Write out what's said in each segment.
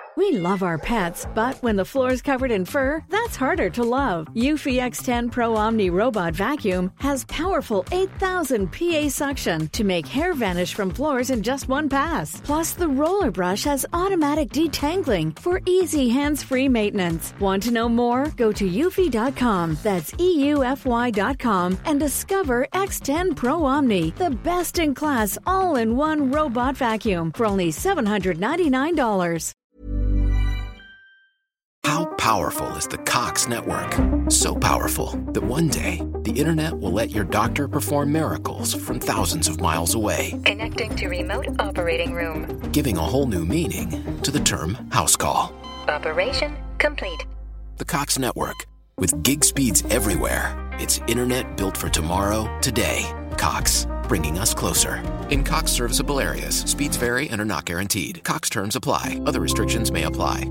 We love our pets, but when the floor's covered in fur, that's harder to love. Eufy X10 Pro Omni Robot Vacuum has powerful 8,000 PA suction to make hair vanish from floors in just one pass. Plus, the roller brush has automatic detangling for easy hands-free maintenance. Want to know more? Go to eufy.com, that's EUFY.com, and discover X10 Pro Omni, the best-in-class all-in-one robot vacuum for only $799. How powerful is the Cox network? So powerful that one day the internet will let your doctor perform miracles from thousands of miles away. Connecting to remote operating room. Giving a whole new meaning to the term house call. Operation complete. The Cox network. With gig speeds everywhere. It's internet built for tomorrow, today. Cox, bringing us closer. In Cox serviceable areas, speeds vary and are not guaranteed. Cox terms apply. Other restrictions may apply.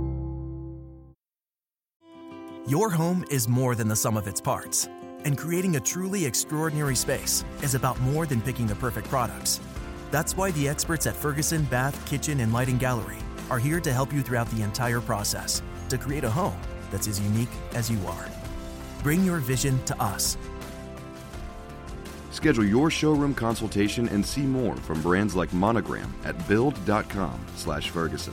Your home is more than the sum of its parts. And creating a truly extraordinary space is about more than picking the perfect products. That's why the experts at Ferguson Bath, Kitchen, and Lighting Gallery are here to help you throughout the entire process to create a home that's as unique as you are. Bring your vision to us. Schedule your showroom consultation and see more from brands like Monogram at build.com/Ferguson.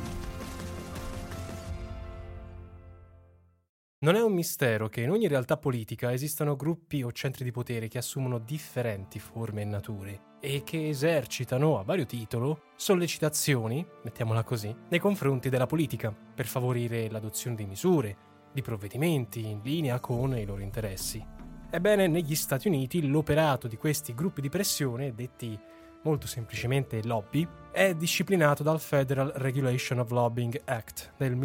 Non è un mistero che in ogni realtà politica esistano gruppi o centri di potere che assumono differenti forme e nature e che esercitano, a vario titolo, sollecitazioni, mettiamola così, nei confronti della politica per favorire l'adozione di misure, di provvedimenti in linea con i loro interessi. Ebbene, negli Stati Uniti l'operato di questi gruppi di pressione, detti molto semplicemente lobby, è disciplinato dal Federal Regulation of Lobbying Act del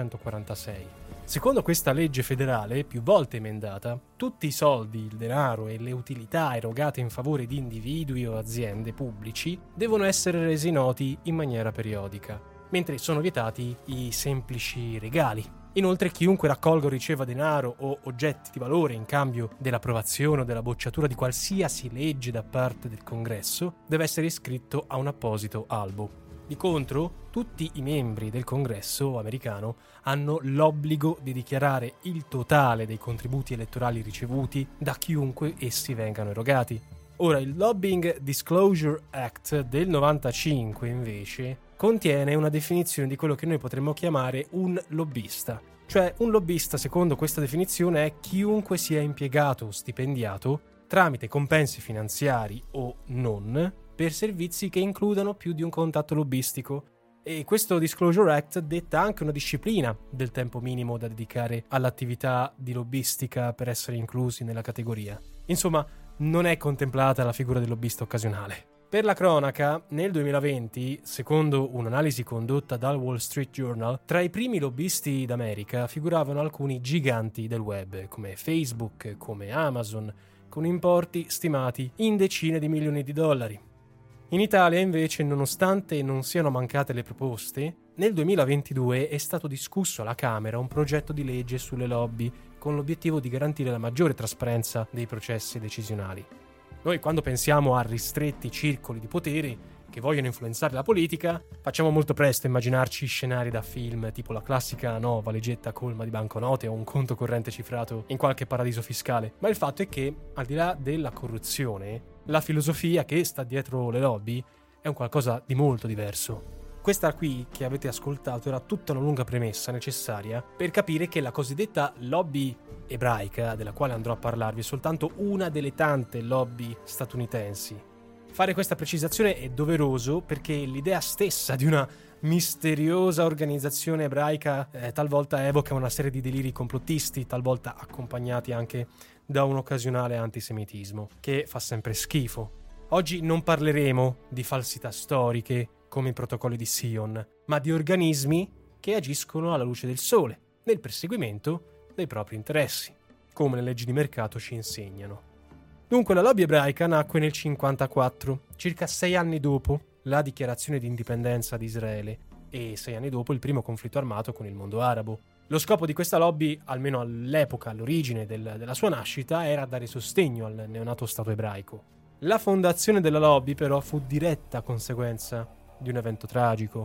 1946. Secondo questa legge federale, più volte emendata, tutti i soldi, il denaro e le utilità erogate in favore di individui o aziende pubblici devono essere resi noti in maniera periodica, mentre sono vietati i semplici regali. Inoltre, chiunque raccolga o riceva denaro o oggetti di valore in cambio dell'approvazione o della bocciatura di qualsiasi legge da parte del Congresso deve essere iscritto a un apposito albo. Di contro, tutti i membri del Congresso americano hanno l'obbligo di dichiarare il totale dei contributi elettorali ricevuti da chiunque essi vengano erogati. Ora, il Lobbying Disclosure Act del 95, invece, contiene una definizione di quello che noi potremmo chiamare un lobbista. Cioè, un lobbista, secondo questa definizione, è chiunque sia impiegato o stipendiato tramite compensi finanziari o non per servizi che includano più di un contatto lobbistico. E questo Disclosure Act detta anche una disciplina del tempo minimo da dedicare all'attività di lobbistica per essere inclusi nella categoria. Insomma, non è contemplata la figura del lobbista occasionale. Per la cronaca, nel 2020, secondo un'analisi condotta dal Wall Street Journal, tra i primi lobbisti d'America figuravano alcuni giganti del web, come Facebook, come Amazon, con importi stimati in decine di milioni di dollari. In Italia, invece, nonostante non siano mancate le proposte, nel 2022 è stato discusso alla Camera un progetto di legge sulle lobby con l'obiettivo di garantire la maggiore trasparenza dei processi decisionali. Noi, quando pensiamo a ristretti circoli di potere che vogliono influenzare la politica, facciamo molto presto a immaginarci scenari da film, tipo la classica valigetta colma di banconote o un conto corrente cifrato in qualche paradiso fiscale. Ma il fatto è che, al di là della corruzione, la filosofia che sta dietro le lobby è un qualcosa di molto diverso. Questa qui che avete ascoltato era tutta una lunga premessa necessaria per capire che la cosiddetta lobby ebraica, della quale andrò a parlarvi, è soltanto una delle tante lobby statunitensi. Fare questa precisazione è doveroso perché l'idea stessa di una misteriosa organizzazione ebraica talvolta evoca una serie di deliri complottisti, talvolta accompagnati anche da un occasionale antisemitismo, che fa sempre schifo. Oggi non parleremo di falsità storiche come i protocolli di Sion, ma di organismi che agiscono alla luce del sole, nel perseguimento dei propri interessi, come le leggi di mercato ci insegnano. Dunque la lobby ebraica nacque nel 1954, circa 6 anni dopo la dichiarazione di indipendenza di Israele e 6 anni dopo il primo conflitto armato con il mondo arabo. Lo scopo di questa lobby, almeno all'epoca, all'origine della sua nascita, era dare sostegno al neonato Stato ebraico. La fondazione della lobby però fu diretta conseguenza di un evento tragico.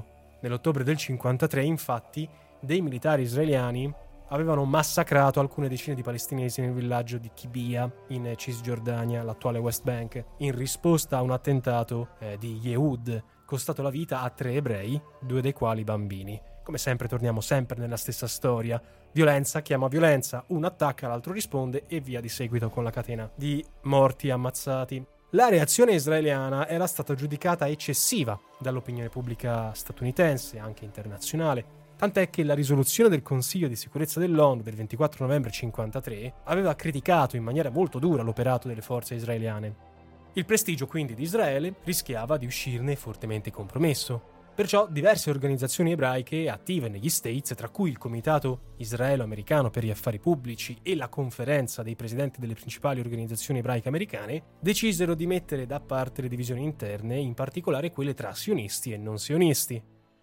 Nell'ottobre del 53, infatti, dei militari israeliani avevano massacrato alcune decine di palestinesi nel villaggio di Kibia, in Cisgiordania, l'attuale West Bank, in risposta a un attentato di Yehud, costato la vita a 3 ebrei, 2 dei quali bambini. Come sempre torniamo sempre nella stessa storia. Violenza chiama violenza, uno attacca, l'altro risponde e via di seguito con la catena di morti ammazzati. La reazione israeliana era stata giudicata eccessiva dall'opinione pubblica statunitense, anche internazionale, tant'è che la risoluzione del Consiglio di sicurezza dell'ONU del 24 novembre 1953 aveva criticato in maniera molto dura l'operato delle forze israeliane. Il prestigio quindi di Israele rischiava di uscirne fortemente compromesso. Perciò diverse organizzazioni ebraiche attive negli States, tra cui il Comitato Israelo-Americano per gli Affari Pubblici e la Conferenza dei Presidenti delle principali organizzazioni ebraiche americane, decisero di mettere da parte le divisioni interne, in particolare quelle tra sionisti e non sionisti.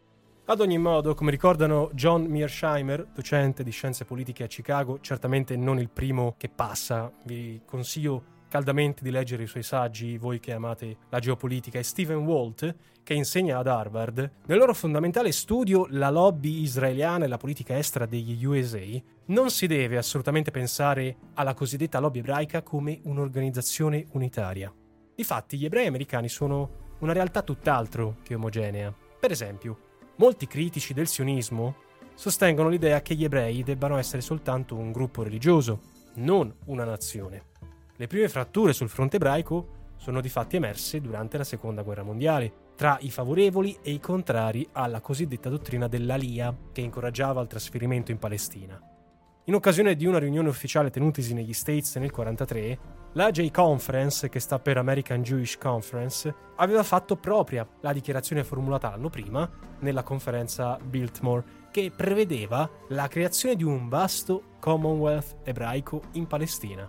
Ad ogni modo, come ricordano John Mearsheimer, docente di scienze politiche a Chicago, certamente non il primo che passa, vi consiglio caldamente di leggere i suoi saggi, voi che amate la geopolitica, e Stephen Walt, che insegna ad Harvard, nel loro fondamentale studio La lobby israeliana e la politica estera degli USA, non si deve assolutamente pensare alla cosiddetta lobby ebraica come un'organizzazione unitaria. Difatti, gli ebrei americani sono una realtà tutt'altro che omogenea. Per esempio, molti critici del sionismo sostengono l'idea che gli ebrei debbano essere soltanto un gruppo religioso, non una nazione. Le prime fratture sul fronte ebraico sono difatti emerse durante la Seconda Guerra Mondiale, tra i favorevoli e i contrari alla cosiddetta dottrina dell'Aliyah, che incoraggiava il trasferimento in Palestina. In occasione di una riunione ufficiale tenutisi negli States nel 1943, la J-Conference, che sta per American Jewish Conference, aveva fatto propria la dichiarazione formulata l'anno prima nella conferenza Biltmore, che prevedeva la creazione di un vasto Commonwealth ebraico in Palestina.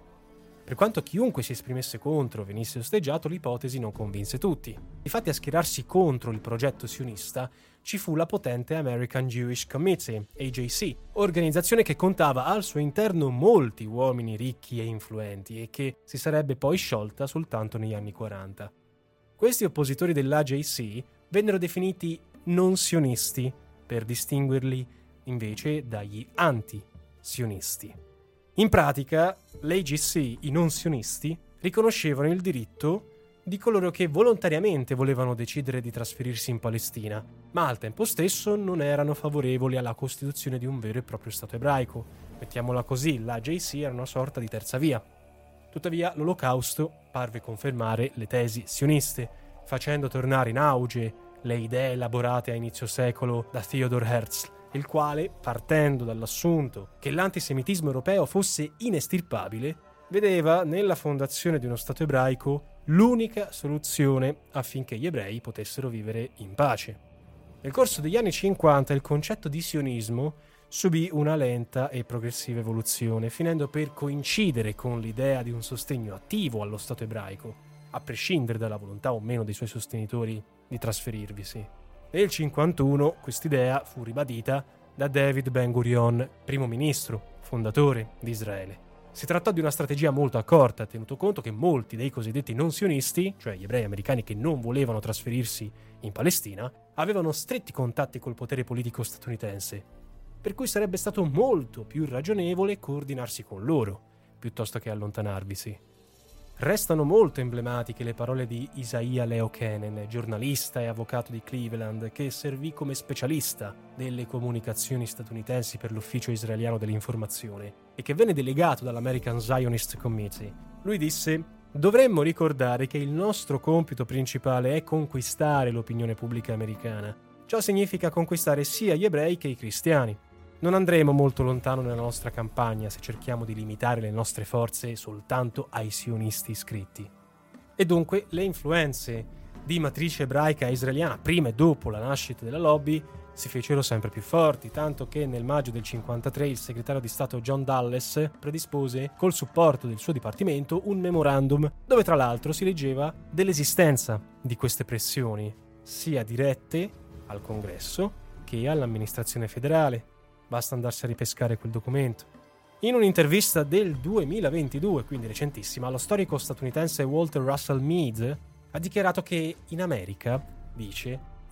Per quanto chiunque si esprimesse contro venisse osteggiato, l'ipotesi non convinse tutti. Difatti, a schierarsi contro il progetto sionista ci fu la potente American Jewish Committee, AJC, organizzazione che contava al suo interno molti uomini ricchi e influenti e che si sarebbe poi sciolta soltanto negli anni 40. Questi oppositori dell'AJC vennero definiti non sionisti, per distinguerli invece dagli anti-sionisti. In pratica, l'AJC, i non sionisti, riconoscevano il diritto di coloro che volontariamente volevano decidere di trasferirsi in Palestina, ma al tempo stesso non erano favorevoli alla costituzione di un vero e proprio Stato ebraico. Mettiamola così, l'AJC era una sorta di terza via. Tuttavia, l'Olocausto parve confermare le tesi sioniste, facendo tornare in auge le idee elaborate a inizio secolo da Theodor Herzl, il quale, partendo dall'assunto che l'antisemitismo europeo fosse inestirpabile, vedeva nella fondazione di uno Stato ebraico l'unica soluzione affinché gli ebrei potessero vivere in pace. Nel corso degli anni 50 il concetto di sionismo subì una lenta e progressiva evoluzione, finendo per coincidere con l'idea di un sostegno attivo allo Stato ebraico, a prescindere dalla volontà o meno dei suoi sostenitori di trasferirvisi. Nel 1951 quest'idea fu ribadita da David Ben-Gurion, primo ministro, fondatore di Israele. Si trattò di una strategia molto accorta, tenuto conto che molti dei cosiddetti non sionisti, cioè gli ebrei americani che non volevano trasferirsi in Palestina, avevano stretti contatti col potere politico statunitense, per cui sarebbe stato molto più ragionevole coordinarsi con loro, piuttosto che allontanarvisi. Restano molto emblematiche le parole di Isaiah Leo Kenen, giornalista e avvocato di Cleveland, che servì come specialista delle comunicazioni statunitensi per l'Ufficio israeliano dell'informazione e che venne delegato dall'American Zionist Committee. Lui disse: «Dovremmo ricordare che il nostro compito principale è conquistare l'opinione pubblica americana. Ciò significa conquistare sia gli ebrei che i cristiani. Non andremo molto lontano nella nostra campagna se cerchiamo di limitare le nostre forze soltanto ai sionisti iscritti». E dunque le influenze di matrice ebraica e israeliana prima e dopo la nascita della lobby si fecero sempre più forti, tanto che nel maggio del 1953 il segretario di Stato John Dulles predispose, col supporto del suo dipartimento, un memorandum dove tra l'altro si leggeva dell'esistenza di queste pressioni, sia dirette al Congresso che all'amministrazione federale. Basta andarsi a ripescare quel documento. In un'intervista del 2022, quindi recentissima, lo storico statunitense Walter Russell Mead ha dichiarato che in America, dice,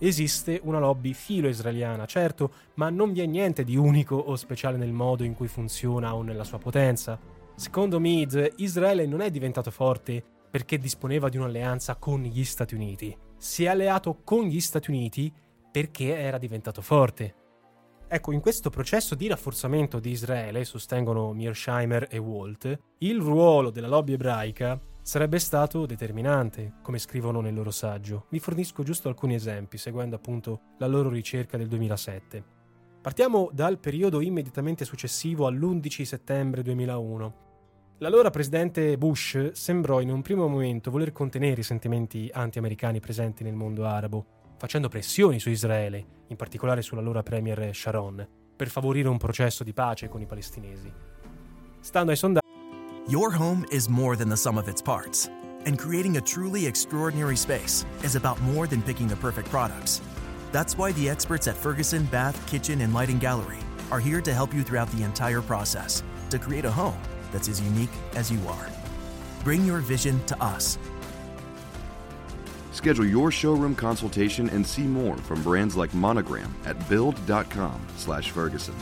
Esiste una lobby filo-israeliana, certo, ma non vi è niente di unico o speciale nel modo in cui funziona o nella sua potenza. Secondo Mead, Israele non è diventato forte perché disponeva di un'alleanza con gli Stati Uniti. Si è alleato con gli Stati Uniti perché era diventato forte. Ecco, in questo processo di rafforzamento di Israele, sostengono Mearsheimer e Walt, il ruolo della lobby ebraica sarebbe stato determinante, come scrivono nel loro saggio. Vi fornisco giusto alcuni esempi, seguendo appunto la loro ricerca del 2007. Partiamo dal periodo immediatamente successivo all'11 settembre 2001. L'allora presidente Bush sembrò in un primo momento voler contenere i sentimenti anti-americani presenti nel mondo arabo, facendo pressioni su Israele, in particolare sull'allora premier Sharon, per favorire un processo di pace con i palestinesi. Stando ai sondaggi, Your home is more than the sum of its parts, and creating a truly extraordinary space is about more than picking the perfect products. That's why the experts at Ferguson Bath, Kitchen, and Lighting Gallery are here to help you throughout the entire process to create a home that's as unique as you are. Bring your vision to us. Schedule your showroom consultation and see more from brands like Monogram at build.com/Ferguson.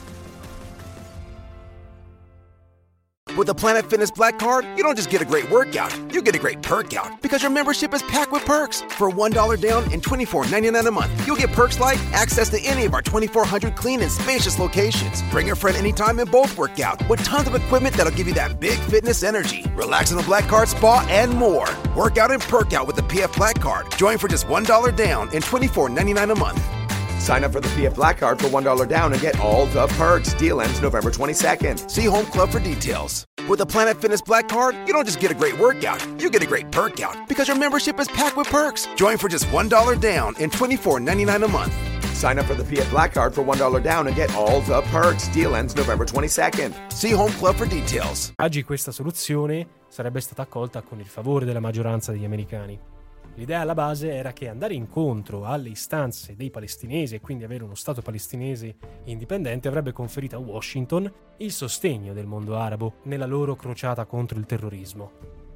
With the Planet Fitness Black Card, you don't just get a great workout, you get a great perk out because your membership is packed with perks. For $1 down and $24.99 a month, you'll get perks like access to any of our 2,400 clean and spacious locations. Bring a friend anytime and both work out with tons of equipment that'll give you that big fitness energy. Relax in the Black Card spa and more. Work out and perk out with the PF Black Card. Join for just $1 down and $24.99 a month. Sign up for the PF Black Card for $1 down and get all the perks. Deal ends November 22nd. See Home Club for details. With the Planet Fitness Black Card, you don't just get a great workout, you get a great perk out because your membership is packed with perks. Join for just $1 down and $24.99 a month. Sign up for the PF Black Card for $1 down and get all the perks. Deal ends November 22nd. See Home Club for details. oggi questa soluzione sarebbe stata accolta con il favore della maggioranza degli americani. L'idea alla base era che andare incontro alle istanze dei palestinesi e quindi avere uno Stato palestinese indipendente avrebbe conferito a Washington il sostegno del mondo arabo nella loro crociata contro il terrorismo.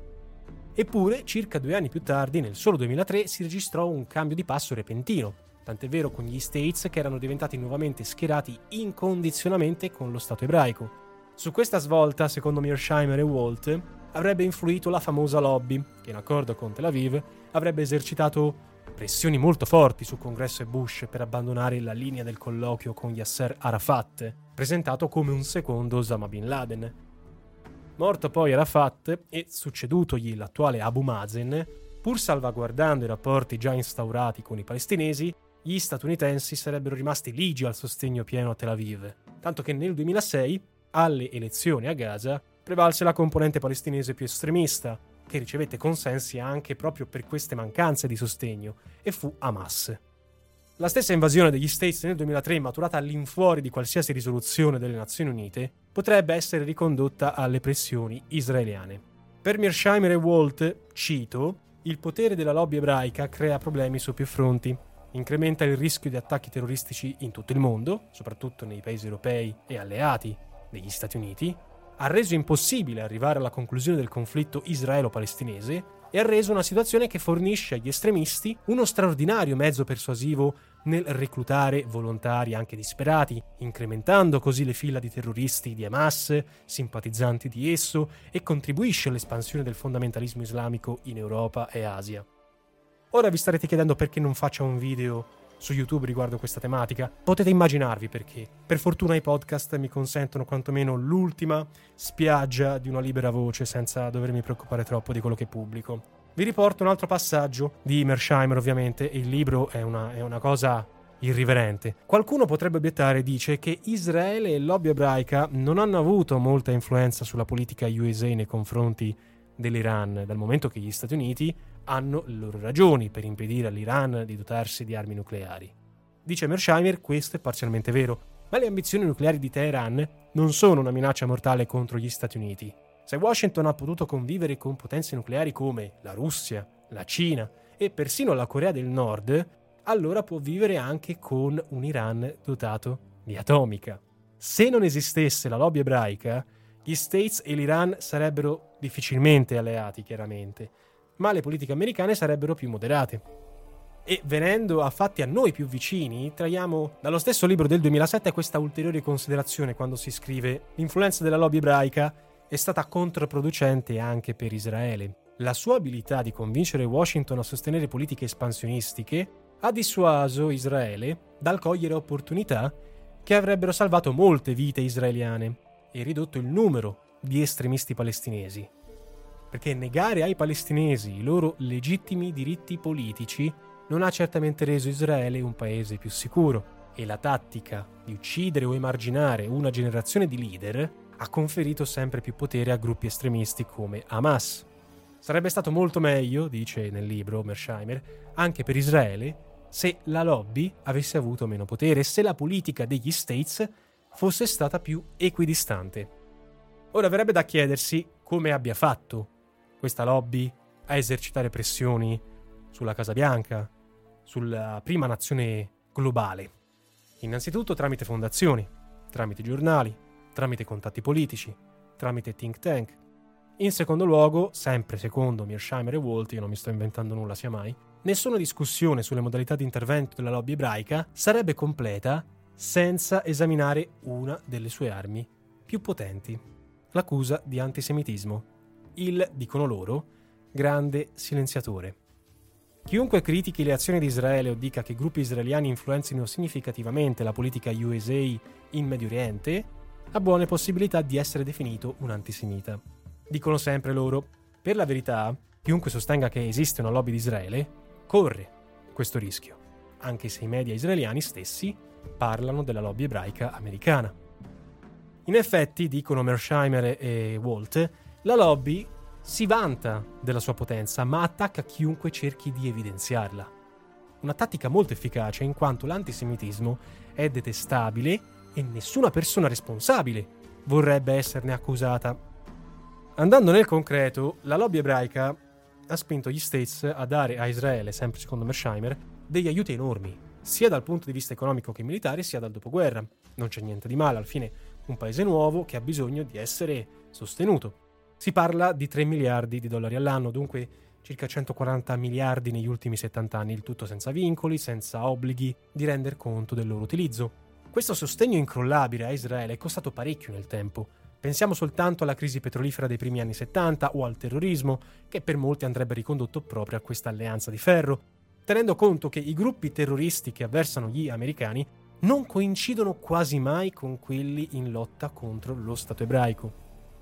Eppure, circa 2 anni più tardi, nel solo 2003, si registrò un cambio di passo repentino, tant'è vero con gli States che erano diventati nuovamente schierati incondizionatamente con lo Stato ebraico. Su questa svolta, secondo Mearsheimer e Walt, avrebbe influito la famosa lobby, che in accordo con Tel Aviv avrebbe esercitato pressioni molto forti su Congresso e Bush per abbandonare la linea del colloquio con Yasser Arafat, presentato come un secondo Osama Bin Laden. Morto poi Arafat e succedutogli l'attuale Abu Mazen, pur salvaguardando i rapporti già instaurati con i palestinesi, gli statunitensi sarebbero rimasti ligi al sostegno pieno a Tel Aviv, tanto che nel 2006, alle elezioni a Gaza, prevalse la componente palestinese più estremista, che ricevette consensi anche proprio per queste mancanze di sostegno, e fu Hamas. La stessa invasione degli States nel 2003, maturata all'infuori di qualsiasi risoluzione delle Nazioni Unite, potrebbe essere ricondotta alle pressioni israeliane. Per Mearsheimer e Walt, cito, il potere della lobby ebraica crea problemi su più fronti, incrementa il rischio di attacchi terroristici in tutto il mondo, soprattutto nei paesi europei e alleati degli Stati Uniti, ha reso impossibile arrivare alla conclusione del conflitto israelo-palestinese e ha reso una situazione che fornisce agli estremisti uno straordinario mezzo persuasivo nel reclutare volontari anche disperati, incrementando così le fila di terroristi di Hamas, simpatizzanti di esso, e contribuisce all'espansione del fondamentalismo islamico in Europa e Asia. Ora vi starete chiedendo perché non faccia un video su YouTube riguardo questa tematica. Potete immaginarvi perché. Per fortuna i podcast mi consentono quantomeno l'ultima spiaggia di una libera voce senza dovermi preoccupare troppo di quello che pubblico. Vi riporto un altro passaggio di Mearsheimer, ovviamente, e il libro è una cosa irriverente. Qualcuno potrebbe obiettare, dice, che Israele e lobby ebraica non hanno avuto molta influenza sulla politica USA nei confronti dell'Iran, dal momento che gli Stati Uniti hanno le loro ragioni per impedire all'Iran di dotarsi di armi nucleari. Dice Mearsheimer, questo è parzialmente vero, ma le ambizioni nucleari di Teheran non sono una minaccia mortale contro gli Stati Uniti. Se Washington ha potuto convivere con potenze nucleari come la Russia, la Cina e persino la Corea del Nord, allora può vivere anche con un Iran dotato di atomica. Se non esistesse la lobby ebraica, gli States e l'Iran sarebbero difficilmente alleati, chiaramente, ma le politiche americane sarebbero più moderate. E venendo a fatti a noi più vicini, traiamo dallo stesso libro del 2007 questa ulteriore considerazione quando si scrive: l'influenza della lobby ebraica è stata controproducente anche per Israele. La sua abilità di convincere Washington a sostenere politiche espansionistiche ha dissuaso Israele dal cogliere opportunità che avrebbero salvato molte vite israeliane e ridotto il numero di estremisti palestinesi. Perché negare ai palestinesi i loro legittimi diritti politici non ha certamente reso Israele un paese più sicuro, e la tattica di uccidere o emarginare una generazione di leader ha conferito sempre più potere a gruppi estremisti come Hamas. Sarebbe stato molto meglio, dice nel libro Mearsheimer, anche per Israele, se la lobby avesse avuto meno potere e se la politica degli States fosse stata più equidistante. Ora verrebbe da chiedersi come abbia fatto questa lobby a esercitare pressioni sulla Casa Bianca, sulla prima nazione globale. Innanzitutto tramite fondazioni, tramite giornali, tramite contatti politici, tramite think tank. In secondo luogo, sempre secondo Mearsheimer e Walt, io non mi sto inventando nulla sia mai, nessuna discussione sulle modalità di intervento della lobby ebraica sarebbe completa senza esaminare una delle sue armi più potenti, l'accusa di antisemitismo, il, dicono loro, grande silenziatore. Chiunque critichi le azioni di Israele o dica che gruppi israeliani influenzino significativamente la politica USA in Medio Oriente ha buone possibilità di essere definito un antisemita. Dicono sempre loro: per la verità, chiunque sostenga che esiste una lobby di Israele corre questo rischio, anche se i media israeliani stessi parlano della lobby ebraica americana. In effetti, dicono Mearsheimer e Walt, la lobby si vanta della sua potenza, ma attacca chiunque cerchi di evidenziarla. Una tattica molto efficace, in quanto l'antisemitismo è detestabile e nessuna persona responsabile vorrebbe esserne accusata. Andando nel concreto, la lobby ebraica ha spinto gli States a dare a Israele, sempre secondo Mearsheimer, degli aiuti enormi, sia dal punto di vista economico che militare, sia dal dopoguerra. Non c'è niente di male, alla fine un paese nuovo che ha bisogno di essere sostenuto. Si parla di 3 miliardi di dollari all'anno, dunque circa 140 miliardi negli ultimi 70 anni, il tutto senza vincoli, senza obblighi di render conto del loro utilizzo. Questo sostegno incrollabile a Israele è costato parecchio nel tempo. Pensiamo soltanto alla crisi petrolifera dei primi anni 70 o al terrorismo, che per molti andrebbe ricondotto proprio a questa alleanza di ferro, tenendo conto che i gruppi terroristi che avversano gli americani non coincidono quasi mai con quelli in lotta contro lo Stato ebraico.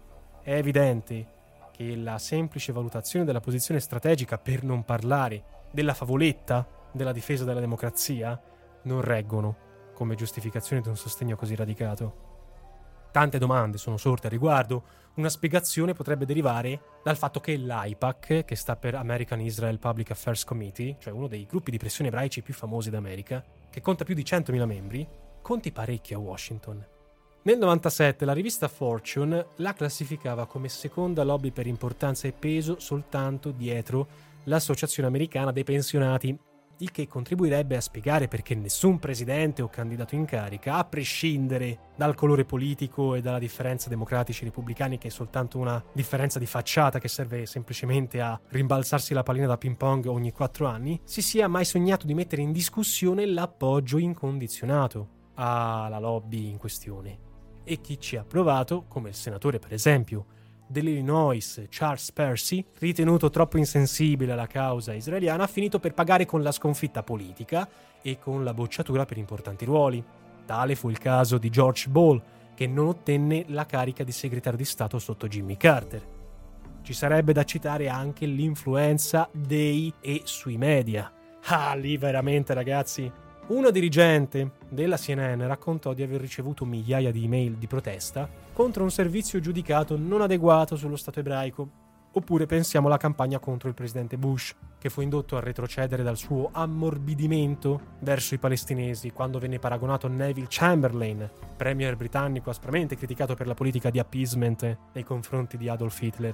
È evidente che la semplice valutazione della posizione strategica, per non parlare della favoletta della difesa della democrazia, non reggono come giustificazione di un sostegno così radicato. Tante domande sono sorte a riguardo. Una spiegazione potrebbe derivare dal fatto che l'AIPAC, che sta per American Israel Public Affairs Committee, cioè uno dei gruppi di pressione ebraici più famosi d'America, che conta più di 100.000 membri, conti parecchio a Washington. Nel 97 la rivista Fortune la classificava come seconda lobby per importanza e peso soltanto dietro l'Associazione Americana dei Pensionati, il che contribuirebbe a spiegare perché nessun presidente o candidato in carica, a prescindere dal colore politico e dalla differenza democratici-repubblicani, che è soltanto una differenza di facciata che serve semplicemente a rimbalzarsi la pallina da ping pong ogni 4 anni, si sia mai sognato di mettere in discussione l'appoggio incondizionato alla lobby in questione. E chi ci ha provato, come il senatore per esempio dell'Illinois Charles Percy, ritenuto troppo insensibile alla causa israeliana, ha finito per pagare con la sconfitta politica e con la bocciatura per importanti ruoli. Tale fu il caso di George Ball, che non ottenne la carica di segretario di Stato sotto Jimmy Carter. Ci sarebbe da citare anche l'influenza dei e sui media. Ah, lì veramente, ragazzi. Una dirigente della CNN raccontò di aver ricevuto migliaia di email di protesta contro un servizio giudicato non adeguato sullo Stato ebraico. Oppure pensiamo alla campagna contro il presidente Bush, che fu indotto a retrocedere dal suo ammorbidimento verso i palestinesi quando venne paragonato a Neville Chamberlain, premier britannico aspramente criticato per la politica di appeasement nei confronti di Adolf Hitler.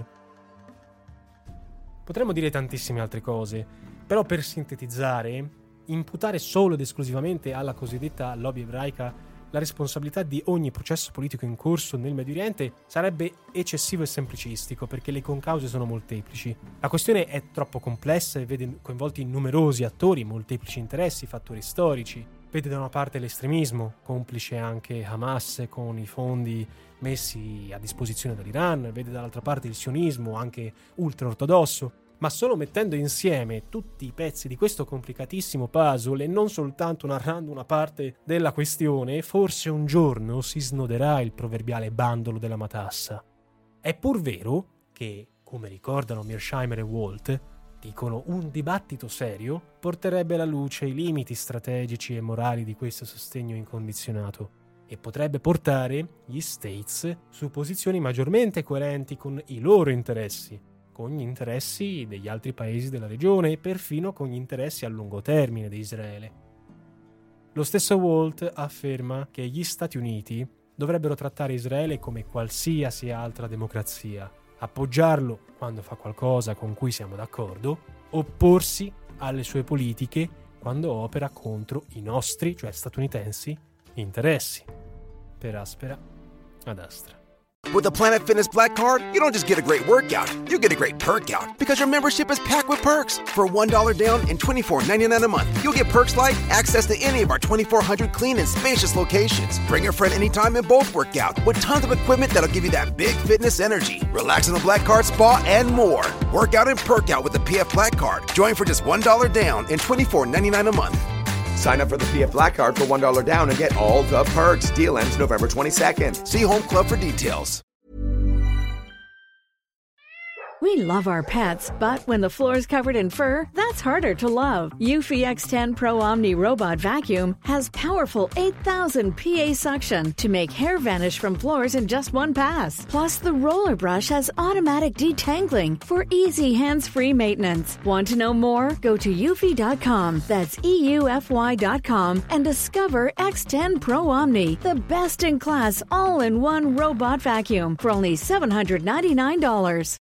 Potremmo dire tantissime altre cose, però per sintetizzare, imputare solo ed esclusivamente alla cosiddetta lobby ebraica la responsabilità di ogni processo politico in corso nel Medio Oriente sarebbe eccessivo e semplicistico, perché le concause sono molteplici. La questione è troppo complessa e vede coinvolti numerosi attori, molteplici interessi, fattori storici. Vede da una parte l'estremismo, complice anche Hamas con i fondi messi a disposizione dall'Iran, vede dall'altra parte il sionismo, anche ultraortodosso, ma solo mettendo insieme tutti i pezzi di questo complicatissimo puzzle e non soltanto narrando una parte della questione, forse un giorno si snoderà il proverbiale bandolo della matassa. È pur vero che, come ricordano Mearsheimer e Walt, dicono un dibattito serio porterebbe alla luce i limiti strategici e morali di questo sostegno incondizionato e potrebbe portare gli States su posizioni maggiormente coerenti con i loro interessi, con gli interessi degli altri paesi della regione e perfino con gli interessi a lungo termine di Israele. Lo stesso Walt afferma che gli Stati Uniti dovrebbero trattare Israele come qualsiasi altra democrazia, appoggiarlo quando fa qualcosa con cui siamo d'accordo, opporsi alle sue politiche quando opera contro i nostri, cioè statunitensi, interessi. Per aspera ad astra. With the Planet Fitness Black Card, you don't just get a great workout, you get a great perk out because your membership is packed with perks. For $1 down and $24.99 a month, you'll get perks like access to any of our 2,400 clean and spacious locations. Bring a friend anytime and both work out with tons of equipment that'll give you that big fitness energy. Relax in the Black Card spa and more. Work out and perk out with the PF Black Card. Join for just $1 down and $24.99 a month. Sign up for the PF Black Card for $1 down and get all the perks. Deal ends November 22nd. See Home Club for details. We love our pets, but when the floor's covered in fur, that's harder to love. Eufy X10 Pro Omni Robot Vacuum has powerful 8,000 PA suction to make hair vanish from floors in just one pass. Plus, the roller brush has automatic detangling for easy hands-free maintenance. Want to know more? Go to eufy.com, that's EUFY.com, and discover X10 Pro Omni, the best-in-class all-in-one robot vacuum for only $799.